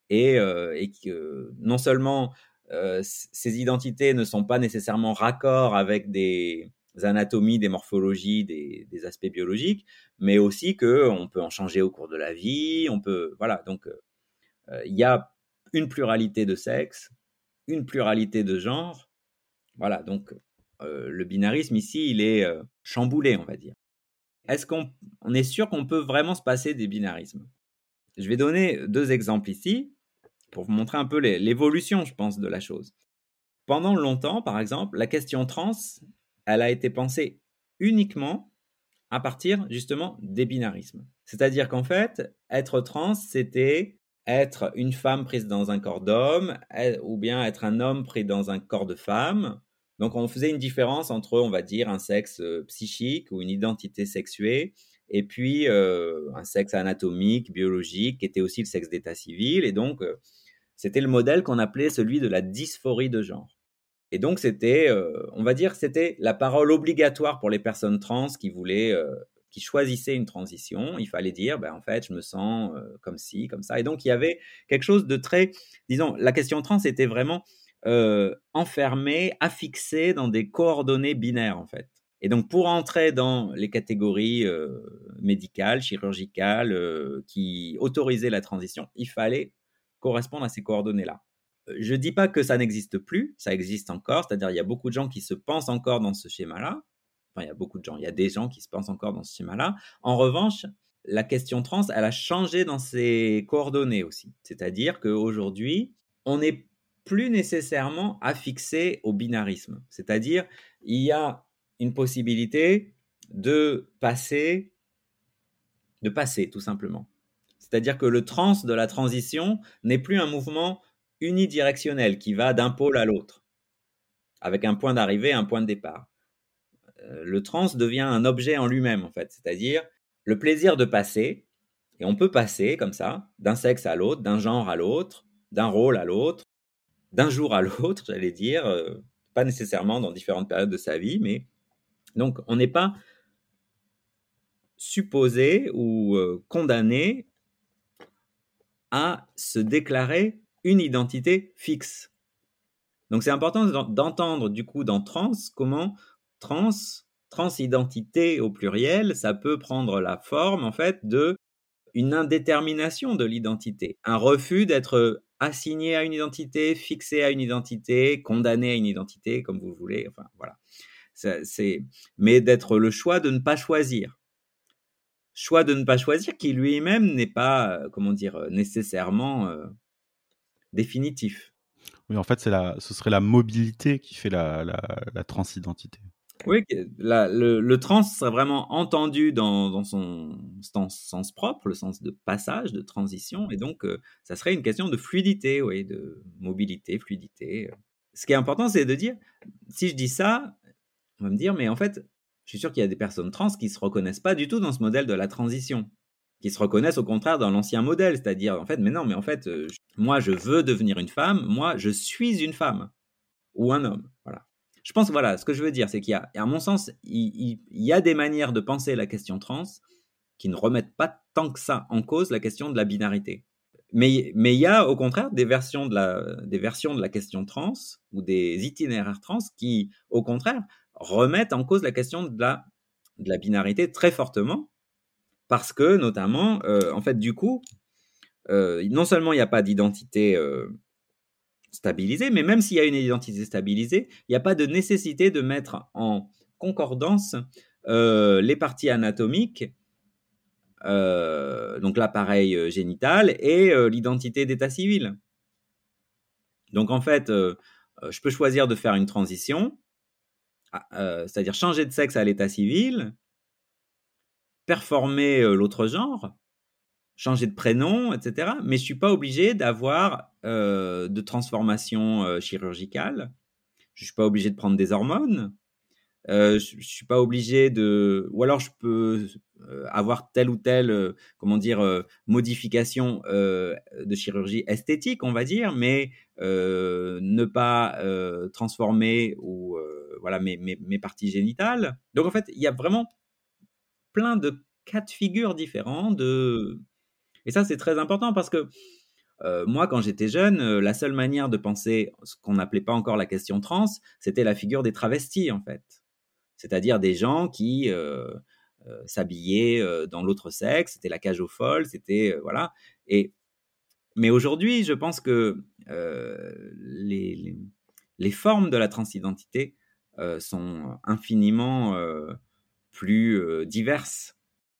et que non seulement ces identités ne sont pas nécessairement raccord avec des anatomies, des morphologies, des aspects biologiques, mais aussi qu'on peut en changer au cours de la vie. Voilà, donc il y a une pluralité de sexes, une pluralité de genres. Voilà, donc le binarisme ici, il est chamboulé, on va dire. Est-ce qu'on est sûr qu'on peut vraiment se passer des binarismes? Je vais donner 2 exemples ici pour vous montrer un peu l'évolution, je pense, de la chose. Pendant longtemps, par exemple, la question trans, elle a été pensée uniquement à partir justement des binarismes. C'est-à-dire qu'en fait, être trans, c'était être une femme prise dans un corps d'homme ou bien être un homme pris dans un corps de femme. Donc on faisait une différence entre, on va dire, un sexe psychique ou une identité sexuée et puis un sexe anatomique, biologique, qui était aussi le sexe d'état civil. Et donc, c'était le modèle qu'on appelait celui de la dysphorie de genre. Et donc, c'était, on va dire, c'était la parole obligatoire pour les personnes trans qui choisissaient une transition. Il fallait dire, ben, en fait, je me sens comme ci, comme ça. Et donc, il y avait quelque chose de très, disons, la question trans était vraiment enfermée, affixée dans des coordonnées binaires, en fait. Et donc, pour entrer dans les catégories médicales, chirurgicales, qui autorisaient la transition, il fallait correspondre à ces coordonnées-là. Je ne dis pas que ça n'existe plus, ça existe encore, c'est-à-dire il y a beaucoup de gens qui se pensent encore dans ce schéma-là. Enfin, il y a beaucoup de gens, il y a des gens qui se pensent encore dans ce schéma-là. En revanche, la question trans, elle a changé dans ses coordonnées aussi. C'est-à-dire qu'aujourd'hui, on n'est plus nécessairement affixé au binarisme. C'est-à-dire, il y a une possibilité de passer tout simplement. C'est-à-dire que le trans de la transition n'est plus un mouvement unidirectionnel qui va d'un pôle à l'autre, avec un point d'arrivée et un point de départ. Le trans devient un objet en lui-même, en fait, c'est-à-dire le plaisir de passer, et on peut passer comme ça, d'un sexe à l'autre, d'un genre à l'autre, d'un rôle à l'autre, d'un jour à l'autre, j'allais dire, pas nécessairement dans différentes périodes de sa vie, mais donc on n'est pas supposé ou condamné à se déclarer une identité fixe. Donc c'est important d'entendre du coup dans trans comment transidentité au pluriel, ça peut prendre la forme en fait de une indétermination de l'identité, un refus d'être assigné à une identité, fixé à une identité, condamné à une identité, comme vous voulez. Enfin voilà, mais d'être le choix de ne pas choisir. Choix de ne pas choisir qui lui-même n'est pas, comment dire, nécessairement définitif. Oui, en fait, ce serait la mobilité qui fait la transidentité. Oui, le trans serait vraiment entendu dans son sens propre, le sens de passage, de transition, et donc ça serait une question de fluidité, oui, de mobilité, fluidité. Ce qui est important, c'est de dire, si je dis ça, on va me dire, mais en fait, je suis sûr qu'il y a des personnes trans qui ne se reconnaissent pas du tout dans ce modèle de la transition, qui se reconnaissent au contraire dans l'ancien modèle, c'est-à-dire, en fait, mais non, mais en fait, moi, je veux devenir une femme, moi, je suis une femme, ou un homme, voilà. Je pense que voilà, ce que je veux dire, c'est qu'il y a, à mon sens, il y a des manières de penser la question trans qui ne remettent pas tant que ça en cause la question de la binarité. Mais il y a au contraire des versions de la question trans ou des itinéraires trans qui, au contraire, remettent en cause la question de la binarité très fortement, parce que notamment, en fait, du coup, non seulement il n'y a pas d'identité stabilisée, mais même s'il y a une identité stabilisée, il n'y a pas de nécessité de mettre en concordance les parties anatomiques, donc l'appareil génital et l'identité d'état civil. Donc en fait, je peux choisir de faire une transition, c'est-à-dire changer de sexe à l'état civil, performer l'autre genre, changer de prénom, etc. Mais je ne suis pas obligé d'avoir de transformation chirurgicale. Je ne suis pas obligé de prendre des hormones. Je ne suis pas obligé de... Ou alors je peux avoir telle ou telle, modification de chirurgie esthétique, on va dire, mais ne pas transformer ou, voilà, mes parties génitales. Donc en fait, il y a vraiment plein de cas de figure différents. Et ça, c'est très important parce que Moi, quand j'étais jeune, la seule manière de penser ce qu'on n'appelait pas encore la question trans, c'était la figure des travestis, en fait. C'est-à-dire des gens qui s'habillaient dans l'autre sexe, c'était la cage aux folles, c'était voilà. Mais aujourd'hui, je pense que les formes de la transidentité sont infiniment plus diverses.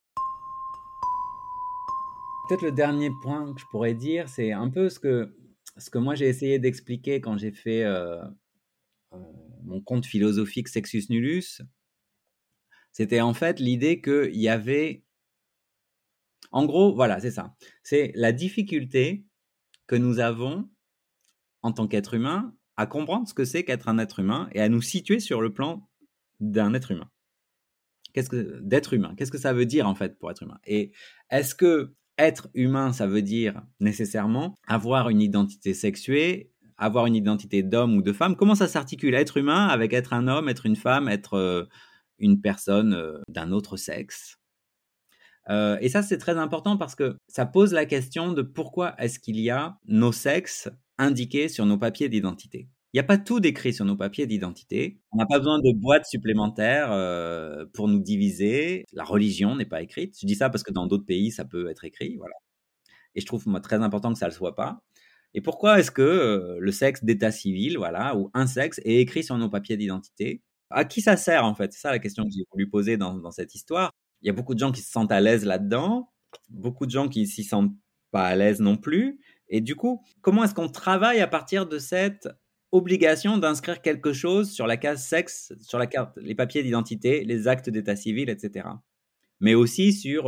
Peut-être le dernier point que je pourrais dire, c'est un peu ce que moi j'ai essayé d'expliquer quand j'ai fait mon conte philosophique Sexus Nullus. C'était en fait l'idée qu'il y avait... En gros, voilà, c'est ça. C'est la difficulté que nous avons en tant qu'être humain à comprendre ce que c'est qu'être un être humain et à nous situer sur le plan d'un être humain. D'être humain, qu'est-ce que ça veut dire en fait pour être humain? Et est-ce que être humain, ça veut dire nécessairement avoir une identité sexuée, avoir une identité d'homme ou de femme? Comment ça s'articule être humain avec être un homme, être une femme, être une personne d'un autre sexe? Et ça, c'est très important parce que ça pose la question de pourquoi est-ce qu'il y a nos sexes indiqués sur nos papiers d'identité. Il n'y a pas tout décrit sur nos papiers d'identité. On n'a pas besoin de boîtes supplémentaires pour nous diviser. La religion n'est pas écrite. Je dis ça parce que dans d'autres pays, ça peut être écrit. Voilà. Et je trouve moi, très important que ça ne le soit pas. Et pourquoi est-ce que le sexe d'état civil, voilà, ou un sexe est écrit sur nos papiers d'identité? À qui ça sert en fait? C'est ça la question que j'ai voulu poser dans cette histoire. Il y a beaucoup de gens qui se sentent à l'aise là-dedans, beaucoup de gens qui s'y sentent pas à l'aise non plus. Et du coup, comment est-ce qu'on travaille à partir de cette obligation d'inscrire quelque chose sur la case sexe, sur la carte, les papiers d'identité, les actes d'état civil, etc. Mais aussi sur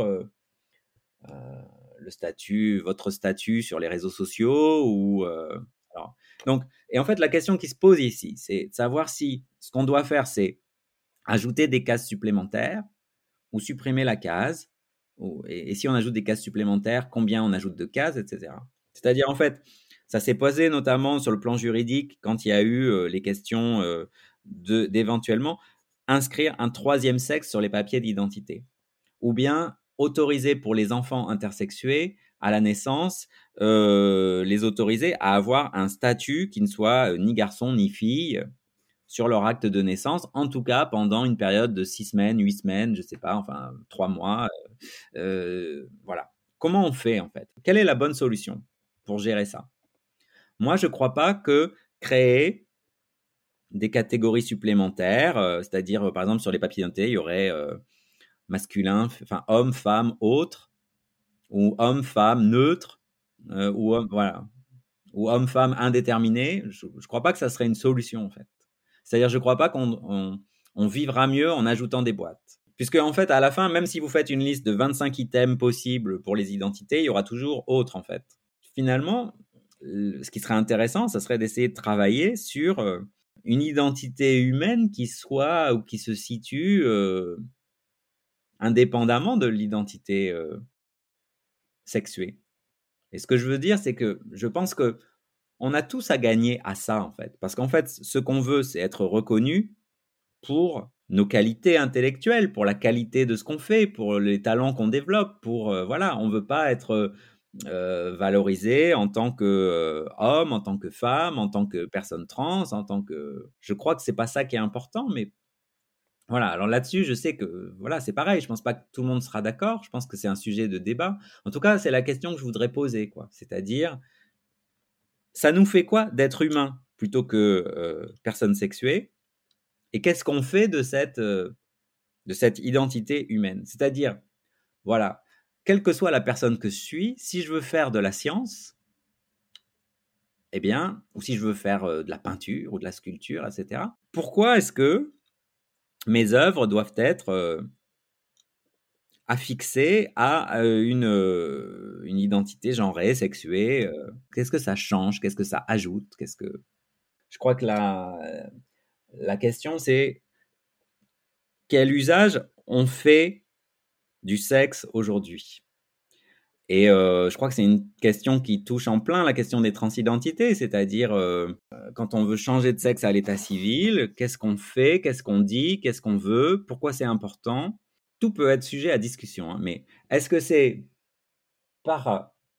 le statut, votre statut sur les réseaux sociaux ou alors, donc, et en fait, la question qui se pose ici, c'est de savoir si ce qu'on doit faire, c'est ajouter des cases supplémentaires ou supprimer la case. Et si on ajoute des cases supplémentaires, combien on ajoute de cases, etc. C'est-à-dire, en fait, ça s'est posé notamment sur le plan juridique quand il y a eu les questions d'éventuellement inscrire un troisième sexe sur les papiers d'identité. Ou bien autoriser pour les enfants intersexués à la naissance, les autoriser à avoir un statut qui ne soit ni garçon ni fille sur leur acte de naissance, en tout cas pendant une période de 6 semaines, 8 semaines, je ne sais pas, enfin 3 mois. Voilà. Comment on fait en fait? Quelle est la bonne solution pour gérer ça? Moi, je ne crois pas que créer des catégories supplémentaires, c'est-à-dire par exemple sur les papiers d'identité, il y aurait masculin, enfin homme, femme, autre, ou homme, femme, neutre, ou homme, voilà, ou homme, femme, indéterminé. Je ne crois pas que ça serait une solution en fait. C'est-à-dire, je ne crois pas qu'on vivra mieux en ajoutant des boîtes. Puisque, en fait, à la fin, même si vous faites une liste de 25 items possibles pour les identités, il y aura toujours autre, en fait. Finalement, ce qui serait intéressant, ça serait d'essayer de travailler sur une identité humaine qui soit ou qui se situe indépendamment de l'identité sexuée. Et ce que je veux dire, c'est que je pense que on a tous à gagner à ça, en fait. Parce qu'en fait, ce qu'on veut, c'est être reconnu pour nos qualités intellectuelles, pour la qualité de ce qu'on fait, pour les talents qu'on développe, pour voilà, on veut pas être valorisé en tant que homme, en tant que femme, en tant que personne trans, en tant que... Je crois que c'est pas ça qui est important, mais voilà. Alors là-dessus, je sais que voilà, c'est pareil. Je pense pas que tout le monde sera d'accord. Je pense que c'est un sujet de débat. En tout cas, c'est la question que je voudrais poser, quoi. C'est-à-dire, ça nous fait quoi d'être humain plutôt que personne sexuée? Et qu'est-ce qu'on fait de cette identité humaine? C'est-à-dire, voilà, quelle que soit la personne que je suis, si je veux faire de la science, eh bien, ou si je veux faire de la peinture ou de la sculpture, etc., pourquoi est-ce que mes œuvres doivent être affixées à une identité genrée, sexuée? Qu'est-ce que ça change? Qu'est-ce que ça ajoute? Je crois que la question, c'est quel usage on fait du sexe aujourd'hui? Et je crois que c'est une question qui touche en plein la question des transidentités, c'est-à-dire quand on veut changer de sexe à l'état civil, qu'est-ce qu'on fait, qu'est-ce qu'on dit, qu'est-ce qu'on veut, pourquoi c'est important? Tout peut être sujet à discussion, hein, mais est-ce que c'est par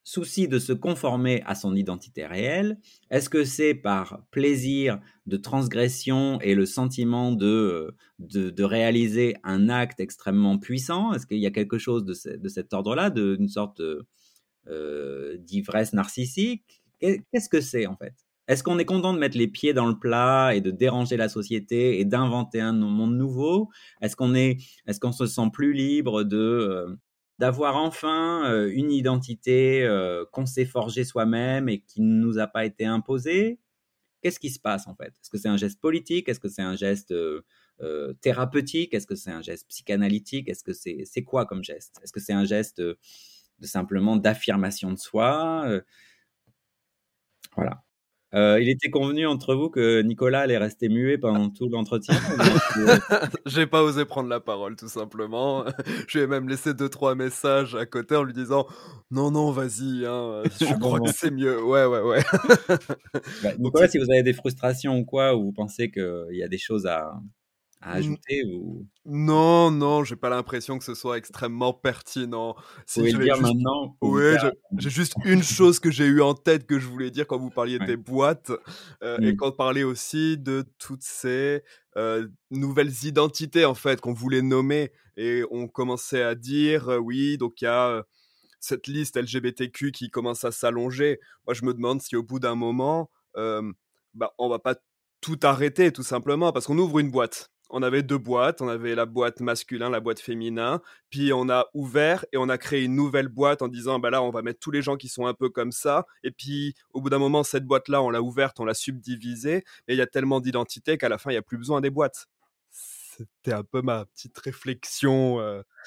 souci de se conformer à son identité réelle? Est-ce que c'est par plaisir de transgression et le sentiment de réaliser un acte extrêmement puissant? Est-ce qu'il y a quelque chose de cet ordre-là, d'une sorte d'ivresse narcissique? Qu'est-ce que c'est en fait? Est-ce qu'on est content de mettre les pieds dans le plat et de déranger la société et d'inventer un monde nouveau? Est-ce qu'on se sent plus libre d'avoir enfin une identité qu'on s'est forgée soi-même et qui ne nous a pas été imposée? Qu'est-ce qui se passe en fait? Est-ce que c'est un geste politique? Est-ce que c'est un geste thérapeutique? Est-ce que c'est un geste psychanalytique? Est-ce que c'est quoi comme geste? Est-ce que c'est un geste de simplement d'affirmation de soi? Voilà. Il était convenu entre vous que Nicolas allait rester muet pendant tout l'entretien? J'ai pas osé prendre la parole, tout simplement. Je lui ai même laissé 2-3 messages à côté en lui disant: «Non, non, vas-y, hein, je crois que c'est mieux». Ouais, ouais, ouais. Donc Nicolas, si vous avez des frustrations ou quoi, ou vous pensez qu'il y a des choses à ajouter, ou... Non, non, j'ai pas l'impression que ce soit extrêmement pertinent. Vous Si pouvez le j'avais dire juste maintenant ou Ouais, faire... j'ai juste une chose que j'ai eue en tête que je voulais dire quand vous parliez Ouais. des boîtes, et Mm. quand on parlait aussi de toutes ces, nouvelles identités, en fait, qu'on voulait nommer et on commençait à dire, oui, donc il y a, cette liste LGBTQ qui commence à s'allonger. Moi, je me demande si au bout d'un moment, on va pas tout arrêter, tout simplement, parce qu'on ouvre une boîte. On avait 2 boîtes, on avait la boîte masculin, la boîte féminin, puis on a ouvert et on a créé une nouvelle boîte en disant: «Bah, là, on va mettre tous les gens qui sont un peu comme ça», et puis au bout d'un moment, cette boîte-là, on l'a ouverte, on l'a subdivisée et il y a tellement d'identités qu'à la fin, il y a plus besoin des boîtes. C'était un peu ma petite réflexion,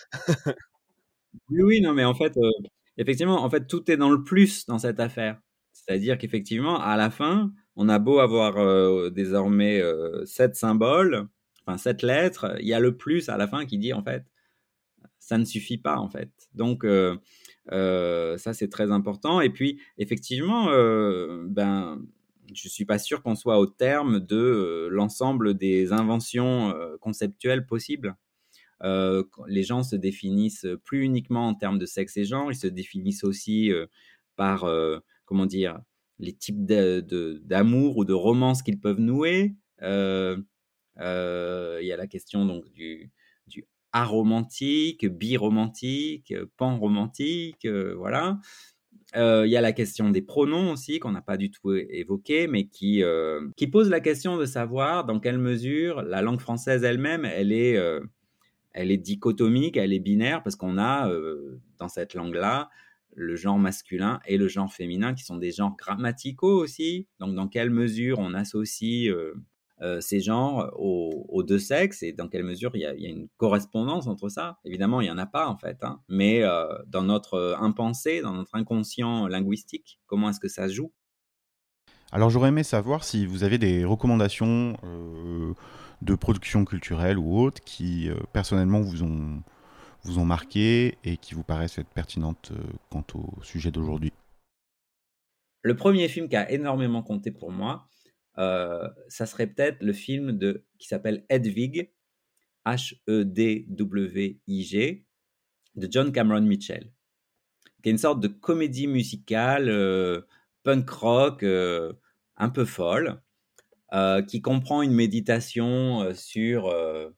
Oui, oui, non, mais en fait, effectivement, en fait, tout est dans le plus dans cette affaire. C'est-à-dire qu'effectivement, à la fin, on a beau avoir désormais 7 symboles, enfin 7 lettres, il y a le plus à la fin qui dit, en fait, ça ne suffit pas, en fait. Donc, ça, c'est très important. Et puis, effectivement, je suis pas sûr qu'on soit au terme de l'ensemble des inventions conceptuelles possibles. Les gens se définissent plus uniquement en termes de sexe et genre, ils se définissent aussi par, comment dire, les types d'amour ou de romance qu'ils peuvent nouer. Il y a la question donc du aromantique, biromantique, panromantique, voilà. Il y a la question des pronoms aussi, qu'on n'a pas du tout évoqué, mais qui pose la question de savoir dans quelle mesure la langue française elle-même, elle est dichotomique, elle est binaire, parce qu'on a dans cette langue-là le genre masculin et le genre féminin qui sont des genres grammaticaux aussi. Donc, dans quelle mesure on associe ces genres aux deux sexes, et dans quelle mesure il y a une correspondance entre ça? Évidemment, il n'y en a pas en fait, hein. Mais dans notre impensé, dans notre inconscient linguistique, comment est-ce que ça se joue? Alors j'aurais aimé savoir si vous avez des recommandations de production culturelle ou autres qui personnellement vous ont marqué et qui vous paraissent être pertinentes quant au sujet d'aujourd'hui. Le premier film qui a énormément compté pour moi, ça serait peut-être le film qui s'appelle Hedwig, Hedwig, de John Cameron Mitchell, qui est une sorte de comédie musicale punk rock un peu folle, qui comprend une méditation sur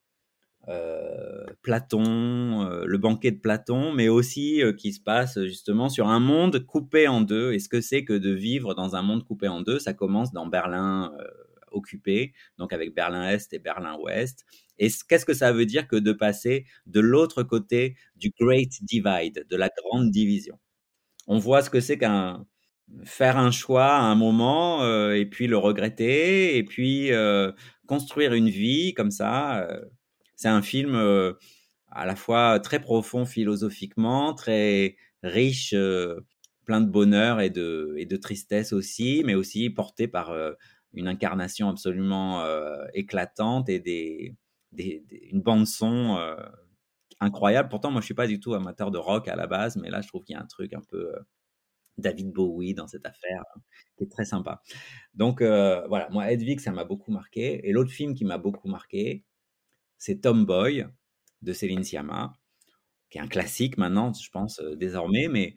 Platon, le banquet de Platon, mais aussi qui se passe justement sur un monde coupé en deux. Et ce que c'est que de vivre dans un monde coupé en deux, ça commence dans Berlin occupé, donc avec Berlin-Est et Berlin-Ouest. Et qu'est-ce que ça veut dire que de passer de l'autre côté du Great Divide, de la grande division? On voit ce que c'est qu'un faire un choix à un moment et puis le regretter et puis construire une vie comme ça. C'est un film à la fois très profond philosophiquement, très riche, plein de bonheur et de tristesse aussi, mais aussi porté par une incarnation absolument éclatante et une bande son incroyable. Pourtant, moi, je suis pas du tout amateur de rock à la base, mais là, je trouve qu'il y a un truc un peu David Bowie dans cette affaire qui est très sympa. Donc voilà, moi, Hedwig, ça m'a beaucoup marqué. Et l'autre film qui m'a beaucoup marqué, c'est Tomboy de Céline Sciamma, qui est un classique maintenant, je pense, désormais. Mais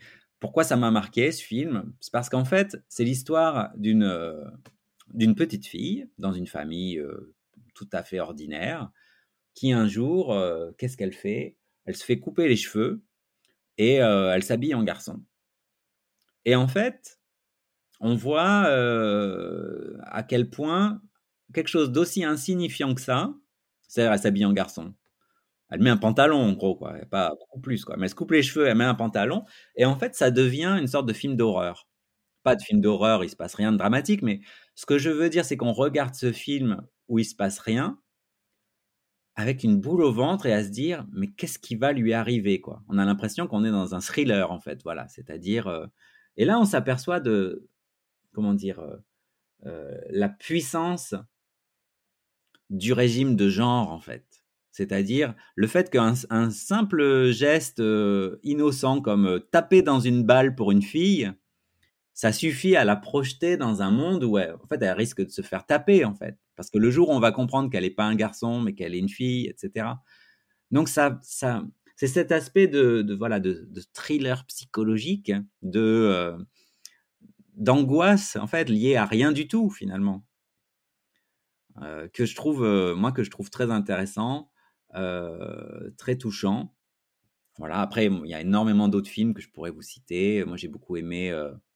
Pourquoi ça m'a marqué, ce film? C'est parce qu'en fait, c'est l'histoire d'une petite fille dans une famille tout à fait ordinaire qui un jour, qu'est-ce qu'elle fait? Elle se fait couper les cheveux et elle s'habille en garçon. Et en fait, on voit à quel point quelque chose d'aussi insignifiant que ça, c'est-à-dire elle s'habille en garçon. Elle met un pantalon en gros, quoi, pas beaucoup plus, quoi. Mais elle se coupe les cheveux, elle met un pantalon, et en fait, ça devient une sorte de film d'horreur. Pas de film d'horreur, il se passe rien de dramatique, mais ce que je veux dire, c'est qu'on regarde ce film où il se passe rien, avec une boule au ventre et à se dire: «Mais qu'est-ce qui va lui arriver?» quoi. On a l'impression qu'on est dans un thriller, en fait, voilà. C'est-à-dire, et là, on s'aperçoit de, comment dire? La puissance du régime de genre, en fait. C'est-à-dire le fait qu'un simple geste innocent comme taper dans une balle pour une fille, ça suffit à la projeter dans un monde où en fait, elle risque de se faire taper, en fait. Parce que le jour où on va comprendre qu'elle n'est pas un garçon, mais qu'elle est une fille, etc. Donc c'est cet aspect voilà, de thriller psychologique, d'angoisse, en fait, liée à rien du tout, finalement. Que je trouve très intéressant, très touchant. Voilà, après, il y a énormément d'autres films que je pourrais vous citer. Moi, j'ai beaucoup aimé,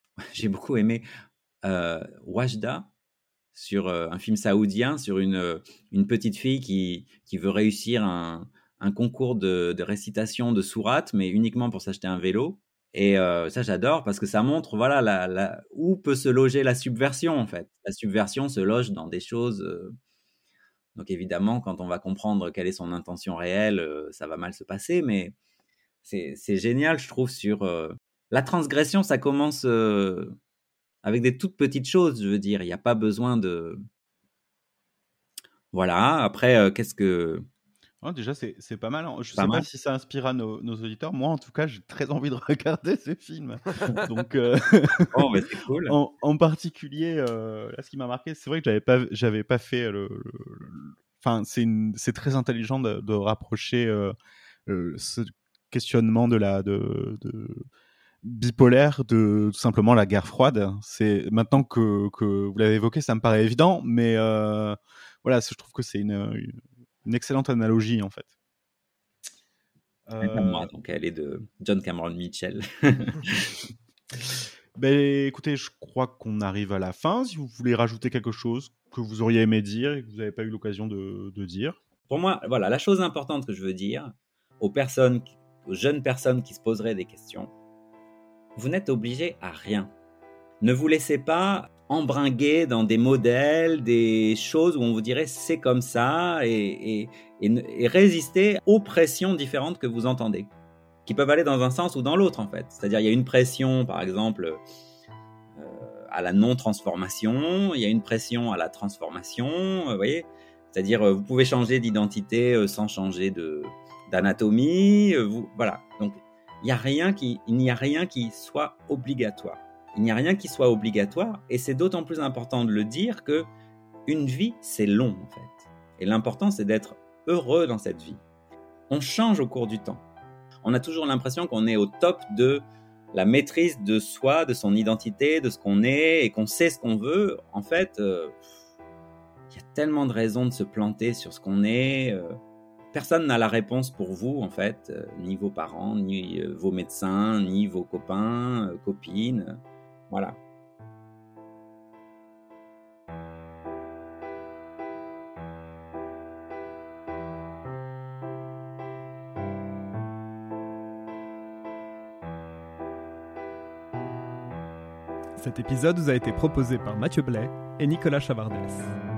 Wajda, sur un film saoudien, sur une petite fille qui veut réussir un concours de récitation de sourates, mais uniquement pour s'acheter un vélo. Et ça, j'adore parce que ça montre, voilà, où peut se loger la subversion, en fait. La subversion se loge dans des choses. Donc évidemment, quand on va comprendre quelle est son intention réelle, ça va mal se passer. Mais c'est génial, je trouve, sur la transgression. Ça commence avec des toutes petites choses, je veux dire. Il n'y a pas besoin de... Voilà, après, qu'est-ce que... Oh, déjà, c'est pas mal. Je Pas sais pas mal. si ça inspirera nos auditeurs. Moi, en tout cas, j'ai très envie de regarder ce film. Donc, Oh, mais c'est cool. en particulier, là, ce qui m'a marqué, c'est vrai que j'avais pas fait Enfin, c'est très intelligent de rapprocher ce questionnement de bipolaire de tout simplement la guerre froide. C'est maintenant que vous l'avez évoqué, ça me paraît évident, mais voilà, je trouve que c'est une excellente analogie, en fait. Moi, donc elle est de John Cameron Mitchell. Ben, écoutez, je crois qu'on arrive à la fin. Si vous voulez rajouter quelque chose que vous auriez aimé dire et que vous n'avez pas eu l'occasion de dire. Pour moi, voilà, la chose importante que je veux dire aux jeunes personnes qui se poseraient des questions, vous n'êtes obligé à rien. Ne vous laissez pas embringuer dans des modèles, des choses où on vous dirait c'est comme ça, et résister aux pressions différentes que vous entendez, qui peuvent aller dans un sens ou dans l'autre, en fait. C'est-à-dire, il y a une pression, par exemple, à la non-transformation, il y a une pression à la transformation, vous voyez. C'est-à-dire, vous pouvez changer d'identité sans changer d'anatomie, voilà. Donc, il n'y a rien qui soit obligatoire. Il n'y a rien qui soit obligatoire, et c'est d'autant plus important de le dire que une vie, c'est long, en fait. Et l'important, c'est d'être heureux dans cette vie. On change au cours du temps. On a toujours l'impression qu'on est au top de la maîtrise de soi, de son identité, de ce qu'on est, et qu'on sait ce qu'on veut. En fait, il y a tellement de raisons de se planter sur ce qu'on est. Personne n'a la réponse pour vous, en fait, ni vos parents, ni vos médecins, ni vos copains, copines. Voilà. Cet épisode vous a été proposé par Mathieu Blais et Nicolas Chavardès.